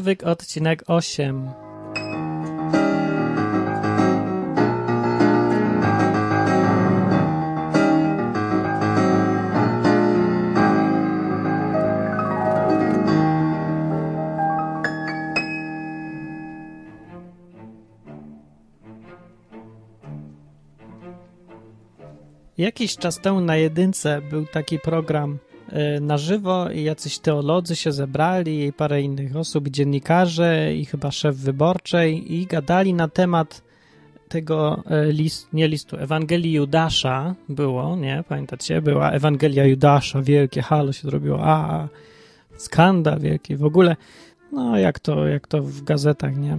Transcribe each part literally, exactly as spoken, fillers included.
Odwyk, odcinek osiem. Jakiś czas temu na Jedynce był taki program y, na żywo i jacyś teolodzy się zebrali i parę innych osób, dziennikarze i chyba szef wyborczej i gadali na temat tego y, list, nie listu, Ewangelii Judasza było, nie? Pamiętacie? Była Ewangelia Judasza, wielkie halo się zrobiło, a skandal wielki, w ogóle, no jak to, jak to w gazetach, nie?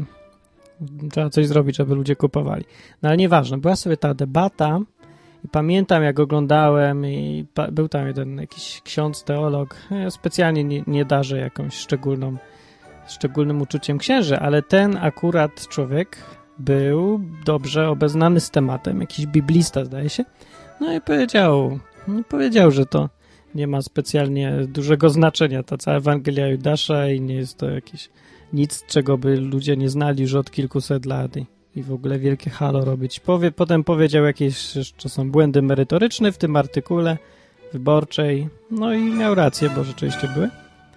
Trzeba coś zrobić, żeby ludzie kupowali. No ale nieważne, była sobie ta debata. I pamiętam, jak oglądałem i pa- był tam jeden jakiś ksiądz, teolog. Ja specjalnie nie, nie darzę jakąś szczególną, szczególnym uczuciem księży, ale ten akurat człowiek był dobrze obeznany z tematem, jakiś biblista zdaje się. No i powiedział, i powiedział, że to nie ma specjalnie dużego znaczenia, ta cała Ewangelia Judasza i nie jest to jakieś nic, czego by ludzie nie znali już od kilkuset lat. I I w ogóle wielkie halo robić. Powie, potem powiedział jakieś jeszcze są błędy merytoryczne w tym artykule wyborczej. No i miał rację, bo rzeczywiście były.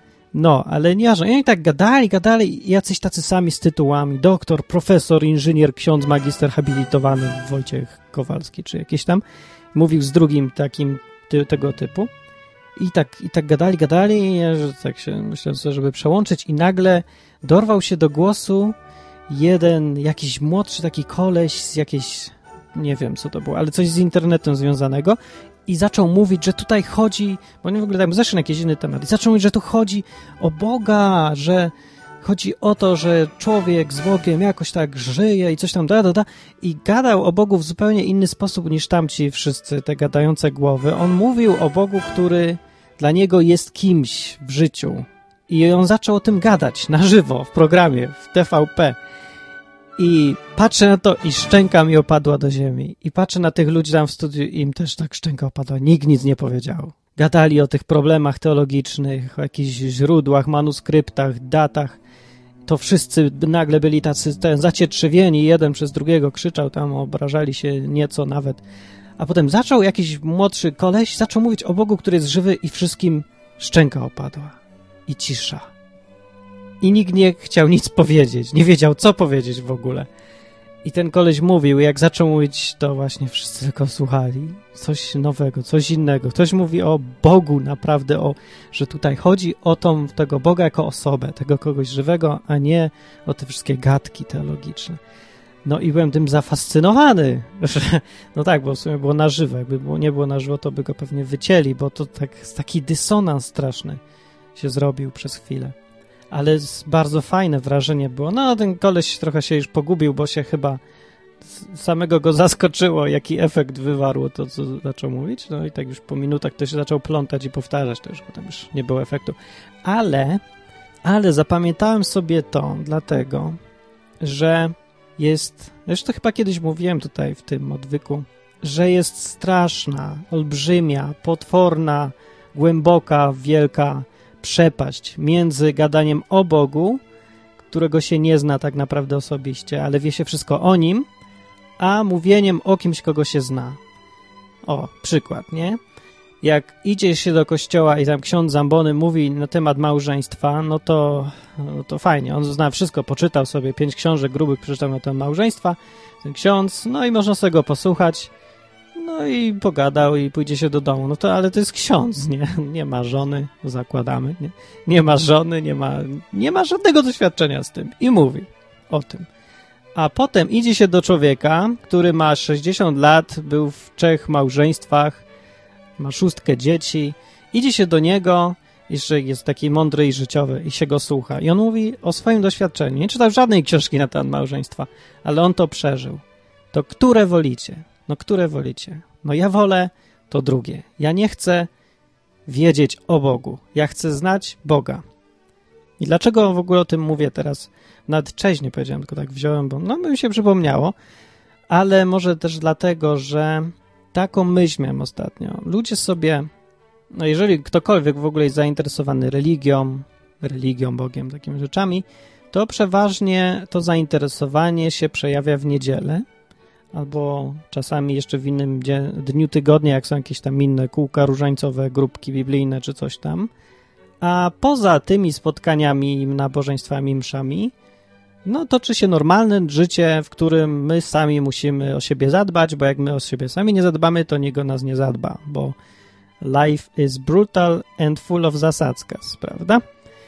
No, ale nie, że oni tak gadali, gadali, jacyś tacy sami z tytułami. Doktor, profesor, inżynier, ksiądz, magister habilitowany Wojciech Kowalski, czy jakiś tam. Mówił z drugim takim ty, tego typu. I tak, i tak gadali, gadali, że tak się myślałem sobie, żeby przełączyć i nagle dorwał się do głosu jeden jakiś młodszy taki koleś z jakiejś, nie wiem co to było, ale coś z internetem związanego i zaczął mówić, że tutaj chodzi, bo nie w ogóle tak zeszli na jakiś inny temat i zaczął mówić, że tu chodzi o Boga, że chodzi o to, że człowiek z Bogiem jakoś tak żyje i coś tam da, da, da i gadał o Bogu w zupełnie inny sposób niż tamci wszyscy, te gadające głowy. On mówił o Bogu, który dla niego jest kimś w życiu i on zaczął o tym gadać na żywo w programie, w T V P. I patrzę na to i szczęka mi opadła do ziemi. I patrzę na tych ludzi tam w studiu i im też tak szczęka opadła. Nikt nic nie powiedział. Gadali o tych problemach teologicznych, o jakichś źródłach, manuskryptach, datach. To wszyscy nagle byli tacy ten, zacietrzewieni. Jeden przez drugiego krzyczał tam, obrażali się nieco nawet. A potem zaczął jakiś młodszy koleś, zaczął mówić o Bogu, który jest żywy i wszystkim szczęka opadła. I cisza. I nikt nie chciał nic powiedzieć, nie wiedział, co powiedzieć w ogóle. I ten koleś mówił, jak zaczął mówić, to właśnie wszyscy tylko słuchali. Coś nowego, coś innego. Ktoś mówi o Bogu naprawdę, o, że tutaj chodzi o tą, tego Boga jako osobę, tego kogoś żywego, a nie o te wszystkie gadki teologiczne. No i byłem tym zafascynowany, że no tak, bo w sumie było na żywo. Jakby było, nie było na żywo, to by go pewnie wycięli, bo to tak, taki dysonans straszny się zrobił przez chwilę. Ale bardzo fajne wrażenie było. No, ten koleś trochę się już pogubił, bo się chyba samego go zaskoczyło, jaki efekt wywarło to, co zaczął mówić. No i tak już po minutach to się zaczął plątać i powtarzać, to już potem już nie było efektu. Ale, ale zapamiętałem sobie to dlatego, że jest, już to chyba kiedyś mówiłem tutaj w tym odwyku, że jest straszna, olbrzymia, potworna, głęboka, wielka przepaść między gadaniem o Bogu, którego się nie zna tak naprawdę osobiście, ale wie się wszystko o Nim, a mówieniem o kimś, kogo się zna. O, przykład, nie? Jak idzie się do kościoła i tam ksiądz Zambony mówi na temat małżeństwa, no to, no to fajnie, on zna wszystko, poczytał sobie pięć książek grubych, przeczytał na temat małżeństwa, ten ksiądz, no i można sobie go posłuchać, no i pogadał i pójdzie się do domu. No to, ale to jest ksiądz, nie? Nie ma żony, zakładamy, nie? Nie ma żony, nie ma, nie ma żadnego doświadczenia z tym. I mówi o tym. A potem idzie się do człowieka, który ma sześćdziesiąt lat, był w trzech małżeństwach, ma szóstkę dzieci. Idzie się do niego, jeszcze jest taki mądry i życiowy i się go słucha. I on mówi o swoim doświadczeniu. Nie czytał żadnej książki na temat małżeństwa, ale on to przeżył. To które wolicie? No które wolicie? No ja wolę to drugie. Ja nie chcę wiedzieć o Bogu. Ja chcę znać Boga. I dlaczego w ogóle o tym mówię teraz? Nawet cześć nie powiedziałem, tylko tak wziąłem, bo no mi się przypomniało. Ale może też dlatego, że taką myśl miałem ostatnio. Ludzie sobie, no jeżeli ktokolwiek w ogóle jest zainteresowany religią, religią, Bogiem, takimi rzeczami, to przeważnie to zainteresowanie się przejawia w niedzielę albo czasami jeszcze w innym dzie- dniu tygodnia, jak są jakieś tam inne kółka różańcowe, grupki biblijne czy coś tam. A poza tymi spotkaniami, nabożeństwami, mszami, no toczy się normalne życie, w którym my sami musimy o siebie zadbać, bo jak my o siebie sami nie zadbamy, to nikt o nas nie zadba, bo life is brutal and full of zasadzkas, prawda?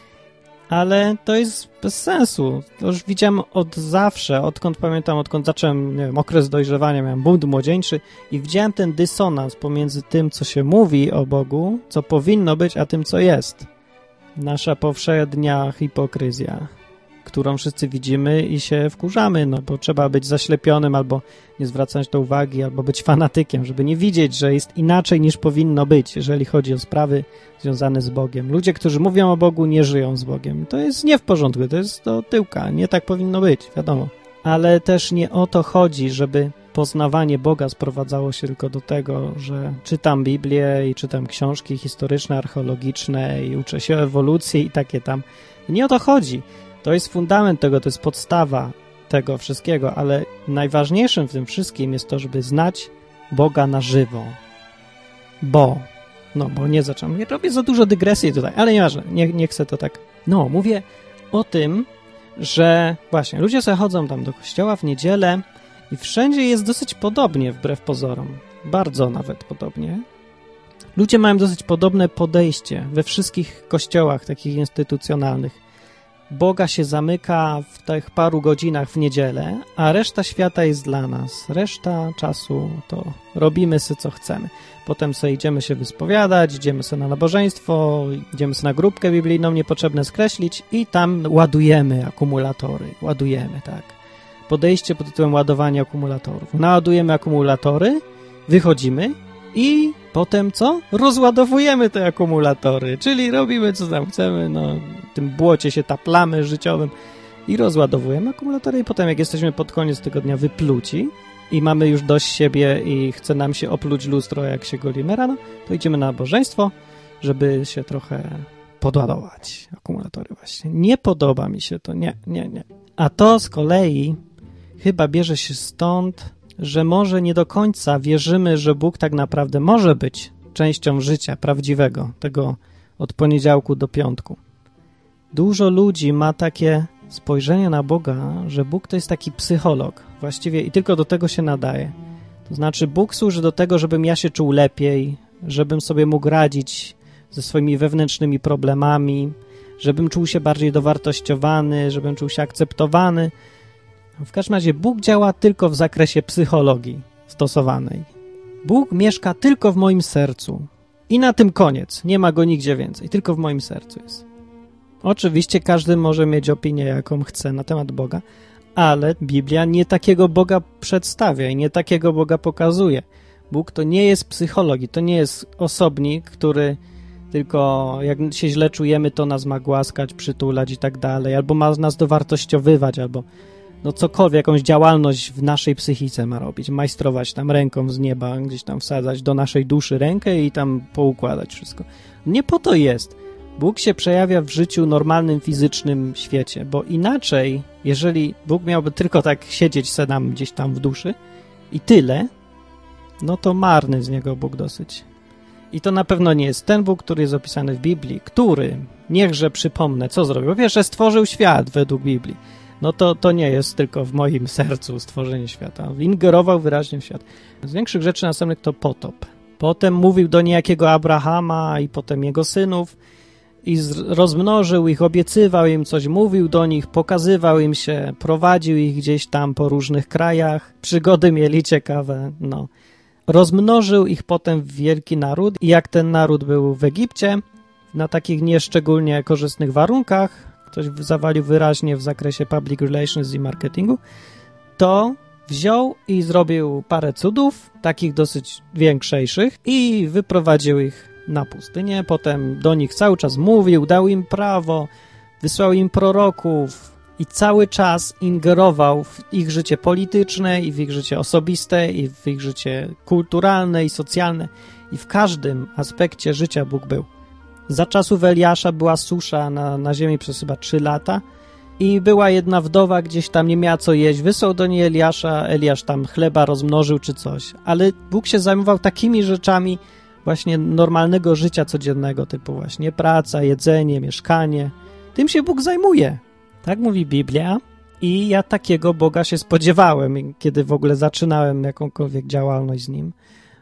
Ale to jest bez sensu. To już widziałem od zawsze, odkąd pamiętam, odkąd zacząłem, nie wiem, okres dojrzewania, miałem bunt młodzieńczy i widziałem ten dysonans pomiędzy tym, co się mówi o Bogu, co powinno być, a tym, co jest. Nasza powszednia hipokryzja, którą wszyscy widzimy i się wkurzamy, no bo trzeba być zaślepionym albo nie zwracać do uwagi, albo być fanatykiem, żeby nie widzieć, że jest inaczej niż powinno być, jeżeli chodzi o sprawy związane z Bogiem. Ludzie, którzy mówią o Bogu, nie żyją z Bogiem. To jest nie w porządku, to jest do tyłka, nie tak powinno być, wiadomo. Ale też nie o to chodzi, żeby poznawanie Boga sprowadzało się tylko do tego, że czytam Biblię i czytam książki historyczne, archeologiczne i uczę się o ewolucji i takie tam. Nie o to chodzi. To jest fundament tego, to jest podstawa tego wszystkiego, ale najważniejszym w tym wszystkim jest to, żeby znać Boga na żywo. Bo, no bo nie zacząłem, nie robię za dużo dygresji tutaj, ale nieważne, nie, nie chcę to tak. No, mówię o tym, że właśnie ludzie sobie chodzą tam do kościoła w niedzielę i wszędzie jest dosyć podobnie, wbrew pozorom. Bardzo nawet podobnie. Ludzie mają dosyć podobne podejście we wszystkich kościołach takich instytucjonalnych. Boga się zamyka w tych paru godzinach w niedzielę, a reszta świata jest dla nas. Reszta czasu to robimy sobie co chcemy. Potem sobie idziemy się wyspowiadać, idziemy sobie na nabożeństwo, idziemy sobie na grupkę biblijną, niepotrzebne skreślić i tam ładujemy akumulatory. Ładujemy, tak. Podejście pod tytułem ładowanie akumulatorów. Naładujemy akumulatory, wychodzimy i potem co? Rozładowujemy te akumulatory, czyli robimy co tam chcemy, no w tym błocie się taplamy życiowym i rozładowujemy akumulatory i potem jak jesteśmy pod koniec tygodnia wypluci i mamy już dość siebie i chce nam się opluć lustro, jak się golimy rano, to idziemy na nabożeństwo, żeby się trochę podładować akumulatory właśnie. Nie podoba mi się to, nie, nie, nie. A to z kolei chyba bierze się stąd, że może nie do końca wierzymy, że Bóg tak naprawdę może być częścią życia prawdziwego, tego od poniedziałku do piątku. Dużo ludzi ma takie spojrzenie na Boga, że Bóg to jest taki psycholog właściwie i tylko do tego się nadaje. To znaczy Bóg służy do tego, żebym ja się czuł lepiej, żebym sobie mógł radzić ze swoimi wewnętrznymi problemami, żebym czuł się bardziej dowartościowany, żebym czuł się akceptowany. W każdym razie Bóg działa tylko w zakresie psychologii stosowanej. Bóg mieszka tylko w moim sercu. I na tym koniec. Nie ma go nigdzie więcej. Tylko w moim sercu jest. Oczywiście każdy może mieć opinię, jaką chce na temat Boga, ale Biblia nie takiego Boga przedstawia i nie takiego Boga pokazuje. Bóg to nie jest psycholog, to nie jest osobnik, który tylko jak się źle czujemy, to nas ma głaskać, przytulać i tak dalej, albo ma nas dowartościowywać, albo no cokolwiek, jakąś działalność w naszej psychice ma robić, majstrować tam ręką z nieba, gdzieś tam wsadzać do naszej duszy rękę i tam poukładać wszystko. Nie po to jest. Bóg się przejawia w życiu normalnym, fizycznym świecie, bo inaczej, jeżeli Bóg miałby tylko tak siedzieć se nam gdzieś tam w duszy i tyle, no to marny z niego Bóg dosyć. I to na pewno nie jest ten Bóg, który jest opisany w Biblii, który, niechże przypomnę, co zrobił. Wiesz, że stworzył świat według Biblii. No to, to nie jest tylko w moim sercu stworzenie świata. Ingerował wyraźnie w świat. Z większych rzeczy następnych to potop. Potem mówił do niejakiego Abrahama i potem jego synów i z, rozmnożył ich, obiecywał im coś, mówił do nich, pokazywał im się, prowadził ich gdzieś tam po różnych krajach. Przygody mieli ciekawe, no. Rozmnożył ich potem w wielki naród i jak ten naród był w Egipcie, na takich nieszczególnie korzystnych warunkach, ktoś zawalił wyraźnie w zakresie public relations i marketingu, to wziął i zrobił parę cudów, takich dosyć większych i wyprowadził ich na pustynię. Potem do nich cały czas mówił, dał im prawo, wysłał im proroków i cały czas ingerował w ich życie polityczne i w ich życie osobiste i w ich życie kulturalne i socjalne i w każdym aspekcie życia Bóg był. Za czasów Eliasza była susza na, na ziemi przez chyba trzy lata i była jedna wdowa gdzieś tam, nie miała co jeść, wysłał do niej Eliasza, Eliasz tam chleba rozmnożył czy coś, ale Bóg się zajmował takimi rzeczami właśnie normalnego życia codziennego, typu właśnie praca, jedzenie, mieszkanie. Tym się Bóg zajmuje. Tak mówi Biblia i ja takiego Boga się spodziewałem, kiedy w ogóle zaczynałem jakąkolwiek działalność z Nim.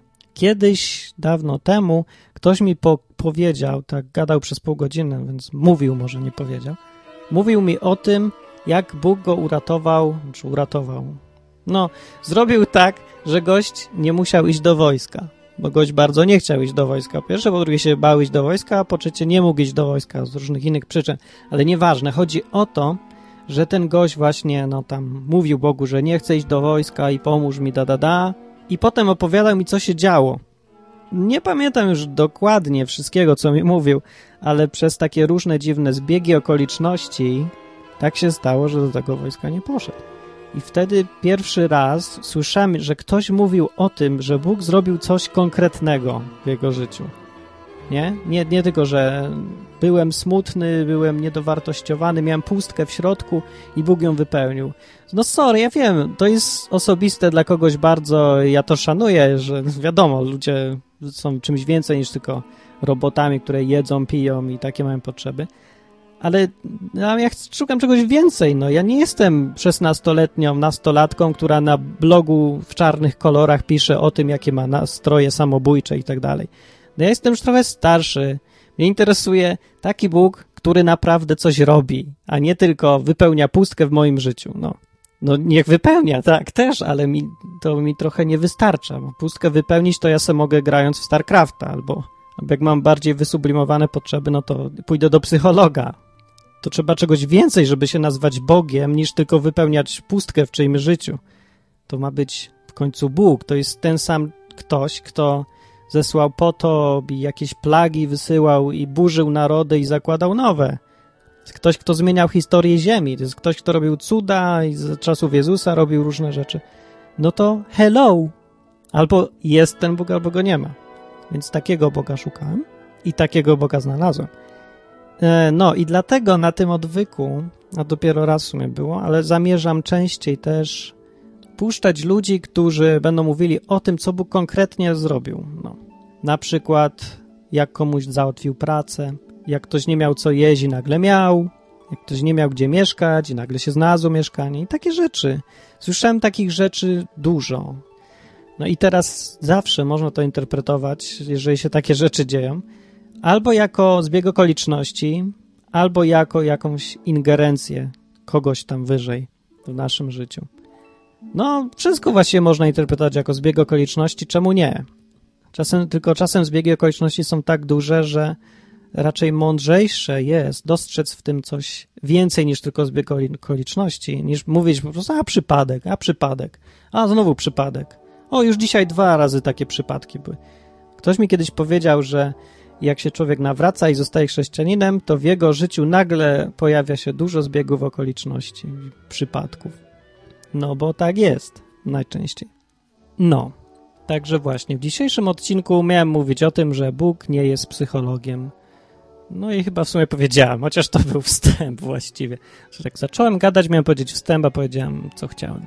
Kiedyś, dawno temu, ktoś mi po- powiedział, tak gadał przez pół godziny, więc mówił, może nie powiedział, mówił mi o tym, jak Bóg go uratował, czy uratował. No, zrobił tak, że gość nie musiał iść do wojska, bo gość bardzo nie chciał iść do wojska. Po pierwsze, po drugie się bał iść do wojska, a po trzecie nie mógł iść do wojska z różnych innych przyczyn. Ale nieważne, chodzi o to, że ten gość właśnie, no tam mówił Bogu, że nie chce iść do wojska i pomóż mi, da, da, da. I potem opowiadał mi, co się działo. Nie pamiętam już dokładnie wszystkiego, co mi mówił, ale przez takie różne dziwne zbiegi okoliczności tak się stało, że do tego wojska nie poszedł. I wtedy pierwszy raz słyszałem, że ktoś mówił o tym, że Bóg zrobił coś konkretnego w jego życiu. Nie? Nie, nie tylko, że byłem smutny, byłem niedowartościowany, miałem pustkę w środku i Bóg ją wypełnił. No sorry, ja wiem, to jest osobiste dla kogoś bardzo, ja to szanuję, że wiadomo, ludzie są czymś więcej niż tylko robotami, które jedzą, piją i takie mają potrzeby. Ale no, ja szukam czegoś więcej. No, ja nie jestem szesnastoletnią nastolatką, która na blogu w czarnych kolorach pisze o tym, jakie ma nastroje samobójcze i tak dalej. No, ja jestem już trochę starszy. Mnie interesuje taki Bóg, który naprawdę coś robi, a nie tylko wypełnia pustkę w moim życiu. No, no niech wypełnia, tak, też, ale mi, to mi trochę nie wystarcza. Bo pustkę wypełnić to ja se mogę grając w StarCrafta, albo, albo jak mam bardziej wysublimowane potrzeby, no to pójdę do psychologa. To trzeba czegoś więcej, żeby się nazwać Bogiem, niż tylko wypełniać pustkę w czyimś życiu. To ma być w końcu Bóg. To jest ten sam ktoś, kto zesłał potop i jakieś plagi wysyłał i burzył narody i zakładał nowe. Ktoś, kto zmieniał historię ziemi. To jest ktoś, kto robił cuda i z czasów Jezusa robił różne rzeczy. No to hello! Albo jest ten Bóg, albo go nie ma. Więc takiego Boga szukałem i takiego Boga znalazłem. No i dlatego na tym odwyku, a dopiero raz w sumie było, ale zamierzam częściej też puszczać ludzi, którzy będą mówili o tym, co Bóg konkretnie zrobił. No. Na przykład jak komuś załatwił pracę, jak ktoś nie miał co jeść i nagle miał, jak ktoś nie miał gdzie mieszkać i nagle się znalazło mieszkanie i takie rzeczy. Słyszałem takich rzeczy dużo. No i teraz zawsze można to interpretować, jeżeli się takie rzeczy dzieją, albo jako zbieg okoliczności, albo jako jakąś ingerencję kogoś tam wyżej w naszym życiu. No, wszystko właściwie można interpretować jako zbieg okoliczności, czemu nie? Czasem, tylko czasem zbiegi okoliczności są tak duże, że raczej mądrzejsze jest dostrzec w tym coś więcej niż tylko zbieg okoliczności, niż mówić po prostu, a przypadek, a przypadek, a znowu przypadek. O, już dzisiaj dwa razy takie przypadki były. Ktoś mi kiedyś powiedział, że jak się człowiek nawraca i zostaje chrześcijaninem, to w jego życiu nagle pojawia się dużo zbiegów okoliczności, przypadków. No, bo tak jest najczęściej. No, także właśnie w dzisiejszym odcinku miałem mówić o tym, że Bóg nie jest psychologiem. No i chyba w sumie powiedziałem, chociaż to był wstęp właściwie. Że jak zacząłem gadać, miałem powiedzieć wstęp, a powiedziałem, co chciałem.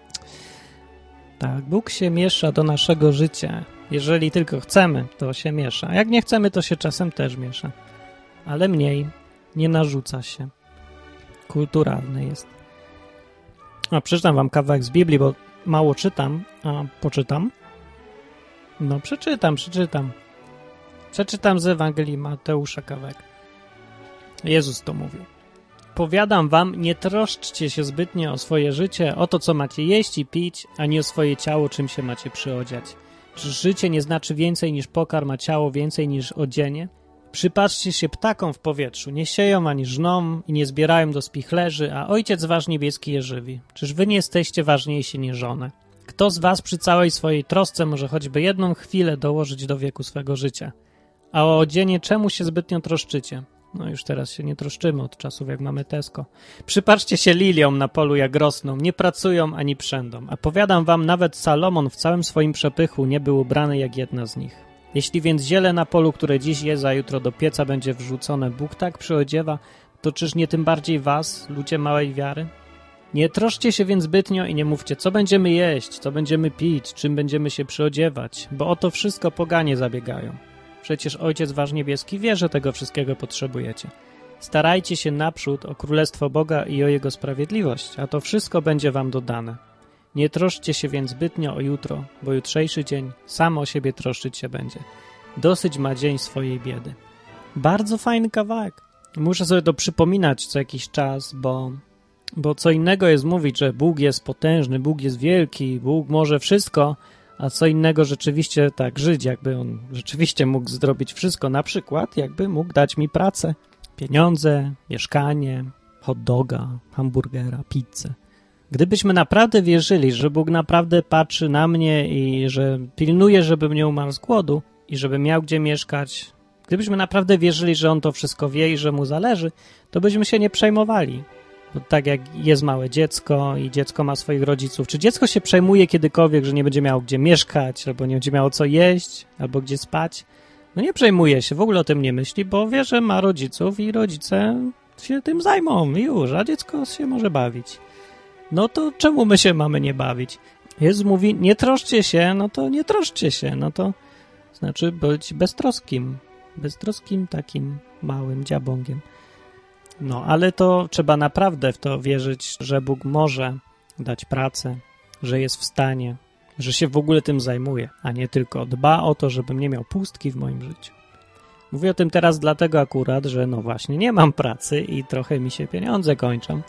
Tak, Bóg się miesza do naszego życia. Jeżeli tylko chcemy, to się miesza. A jak nie chcemy, to się czasem też miesza. Ale mniej, nie narzuca się. Kulturalny jest. A przeczytam wam kawałek z Biblii, bo mało czytam, a poczytam. No przeczytam, przeczytam. Przeczytam z Ewangelii Mateusza kawałek. Jezus to mówił. Powiadam wam, nie troszczcie się zbytnio o swoje życie, o to, co macie jeść i pić, ani o swoje ciało, czym się macie przyodziać. Czy życie nie znaczy więcej niż pokarm, a ciało więcej niż odzienie? Przypatrzcie się ptakom w powietrzu, nie sieją ani żną i nie zbierają do spichlerzy, a Ojciec wasz niebieski je żywi. Czyż wy nie jesteście ważniejsi niż one? Kto z was przy całej swojej trosce może choćby jedną chwilę dołożyć do wieku swego życia? A o odzienie czemu się zbytnio troszczycie? No już teraz się nie troszczymy od czasów, jak mamy Tesco. Przypatrzcie się liliom na polu, jak rosną, nie pracują ani przędą. A powiadam wam, nawet Salomon w całym swoim przepychu nie był ubrany jak jedna z nich. Jeśli więc ziele na polu, które dziś jest, a jutro do pieca będzie wrzucone, Bóg tak przyodziewa to czyż nie tym bardziej was, ludzie małej wiary? Nie troszcie się więc zbytnio i nie mówcie, co będziemy jeść, co będziemy pić, czym będziemy się przyodziewać, bo o to wszystko poganie zabiegają. Przecież Ojciec Wasz Niebieski wie, że tego wszystkiego potrzebujecie. Starajcie się naprzód o Królestwo Boga i o Jego sprawiedliwość, a to wszystko będzie wam dodane. Nie troszcie się więc zbytnio o jutro, bo jutrzejszy dzień sam o siebie troszczyć się będzie. Dosyć ma dzień swojej biedy. Bardzo fajny kawałek. Muszę sobie to przypominać co jakiś czas, bo, bo co innego jest mówić, że Bóg jest potężny, Bóg jest wielki, Bóg może wszystko, a co innego rzeczywiście tak żyć, jakby On rzeczywiście mógł zrobić wszystko. Na przykład, jakby mógł dać mi pracę, pieniądze, mieszkanie, hot doga, hamburgera, pizzę. Gdybyśmy naprawdę wierzyli, że Bóg naprawdę patrzy na mnie i że pilnuje, żebym nie umarł z głodu i żebym miał gdzie mieszkać, gdybyśmy naprawdę wierzyli, że On to wszystko wie i że Mu zależy, to byśmy się nie przejmowali. Bo tak jak jest małe dziecko i dziecko ma swoich rodziców. Czy dziecko się przejmuje kiedykolwiek, że nie będzie miało gdzie mieszkać, albo nie będzie miało co jeść, albo gdzie spać? No nie przejmuje się, w ogóle o tym nie myśli, bo wie, że ma rodziców i rodzice się tym zajmą i już, a dziecko się może bawić. No to czemu my się mamy nie bawić? Jezus mówi, nie troszcie się, no to nie troszcie się, no to znaczy być beztroskim, beztroskim takim małym dziabągiem. No, ale to trzeba naprawdę w to wierzyć, że Bóg może dać pracę, że jest w stanie, że się w ogóle tym zajmuje, a nie tylko dba o to, żebym nie miał pustki w moim życiu. Mówię o tym teraz dlatego akurat, że no właśnie nie mam pracy i trochę mi się pieniądze kończą,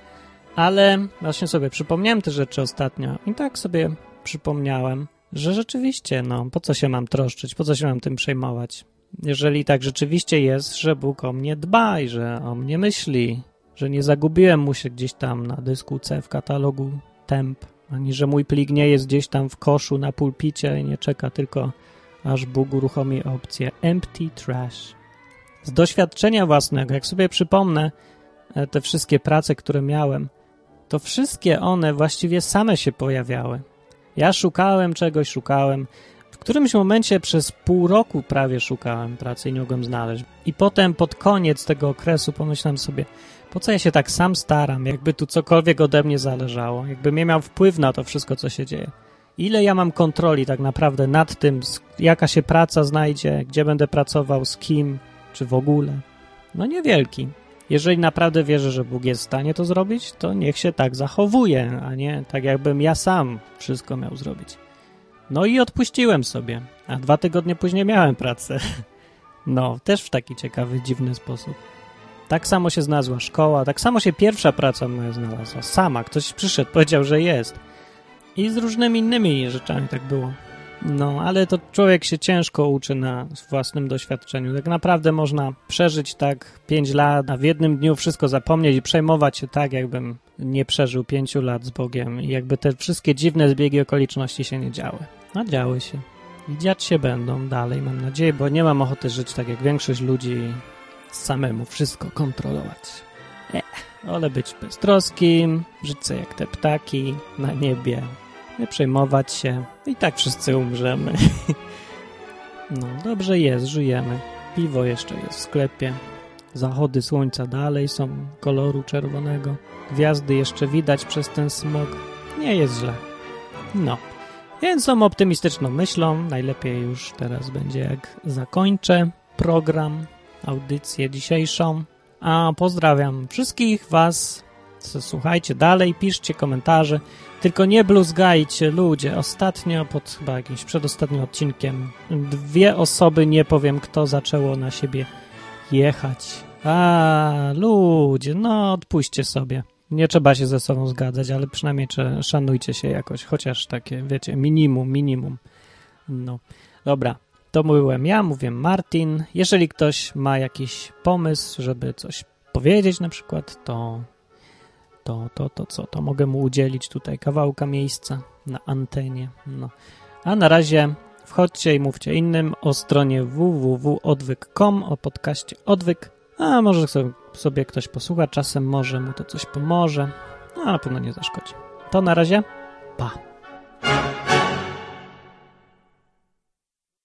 ale właśnie sobie przypomniałem te rzeczy ostatnio i tak sobie przypomniałem, że rzeczywiście, no po co się mam troszczyć, po co się mam tym przejmować? Jeżeli tak rzeczywiście jest, że Bóg o mnie dba i że o mnie myśli, że nie zagubiłem mu się gdzieś tam na dysku C w katalogu temp, ani że mój plik nie jest gdzieś tam w koszu na pulpicie i nie czeka tylko, aż Bóg uruchomi opcję empty trash. Z doświadczenia własnego, jak sobie przypomnę te wszystkie prace, które miałem, to wszystkie one właściwie same się pojawiały. Ja szukałem czegoś, szukałem. W którymś momencie przez pół roku prawie szukałem pracy i nie mogłem znaleźć. I potem pod koniec tego okresu pomyślałem sobie, po co ja się tak sam staram, jakby tu cokolwiek ode mnie zależało, jakbym nie miał wpływ na to wszystko, co się dzieje. Ile ja mam kontroli tak naprawdę nad tym, jaka się praca znajdzie, gdzie będę pracował, z kim, czy w ogóle? No niewielki. Jeżeli naprawdę wierzę, że Bóg jest w stanie to zrobić, to niech się tak zachowuje, a nie tak jakbym ja sam wszystko miał zrobić. No i odpuściłem sobie, a dwa tygodnie później miałem pracę. No, też w taki ciekawy, dziwny sposób. Tak samo się znalazła szkoła, tak samo się pierwsza praca moja znalazła. Sama, ktoś przyszedł, powiedział, że jest. I z różnymi innymi rzeczami tak było. No, ale to człowiek się ciężko uczy na własnym doświadczeniu. Tak naprawdę można przeżyć tak pięć lat, a w jednym dniu wszystko zapomnieć i przejmować się tak, jakbym nie przeżył pięciu lat z Bogiem i jakby te wszystkie dziwne zbiegi okoliczności się nie działy. A działy się. I dziać się będą dalej, mam nadzieję, bo nie mam ochoty żyć tak jak większość ludzi samemu wszystko kontrolować. Nie, wolę być beztroskim, żyć sobie jak te ptaki na niebie, nie przejmować się. I tak wszyscy umrzemy. No, dobrze jest, żyjemy. Piwo jeszcze jest w sklepie. Zachody słońca dalej są koloru czerwonego. Gwiazdy jeszcze widać przez ten smog. Nie jest źle. No. Więc są optymistyczną myślą. Najlepiej już teraz będzie, jak zakończę program, audycję dzisiejszą. A pozdrawiam wszystkich was. Słuchajcie dalej, piszcie komentarze. Tylko nie bluzgajcie, ludzie. Ostatnio, pod chyba jakimś przedostatnim odcinkiem, dwie osoby, nie powiem kto, zaczęło na siebie jechać. A, ludzie, no odpuśćcie sobie. Nie trzeba się ze sobą zgadzać, ale przynajmniej szanujcie się jakoś, chociaż takie, wiecie, minimum, minimum. No, dobra, to mówiłem ja, mówię Martin. Jeżeli ktoś ma jakiś pomysł, żeby coś powiedzieć na przykład, to to, to, to co? To mogę mu udzielić tutaj kawałka miejsca na antenie. No. A na razie wchodźcie i mówcie innym o stronie w w w kropka odwyk kropka com, o podcaście Odwyk. A może sobie, sobie ktoś posłucha, czasem może mu to coś pomoże. No, na pewno nie zaszkodzi. To na razie. Pa!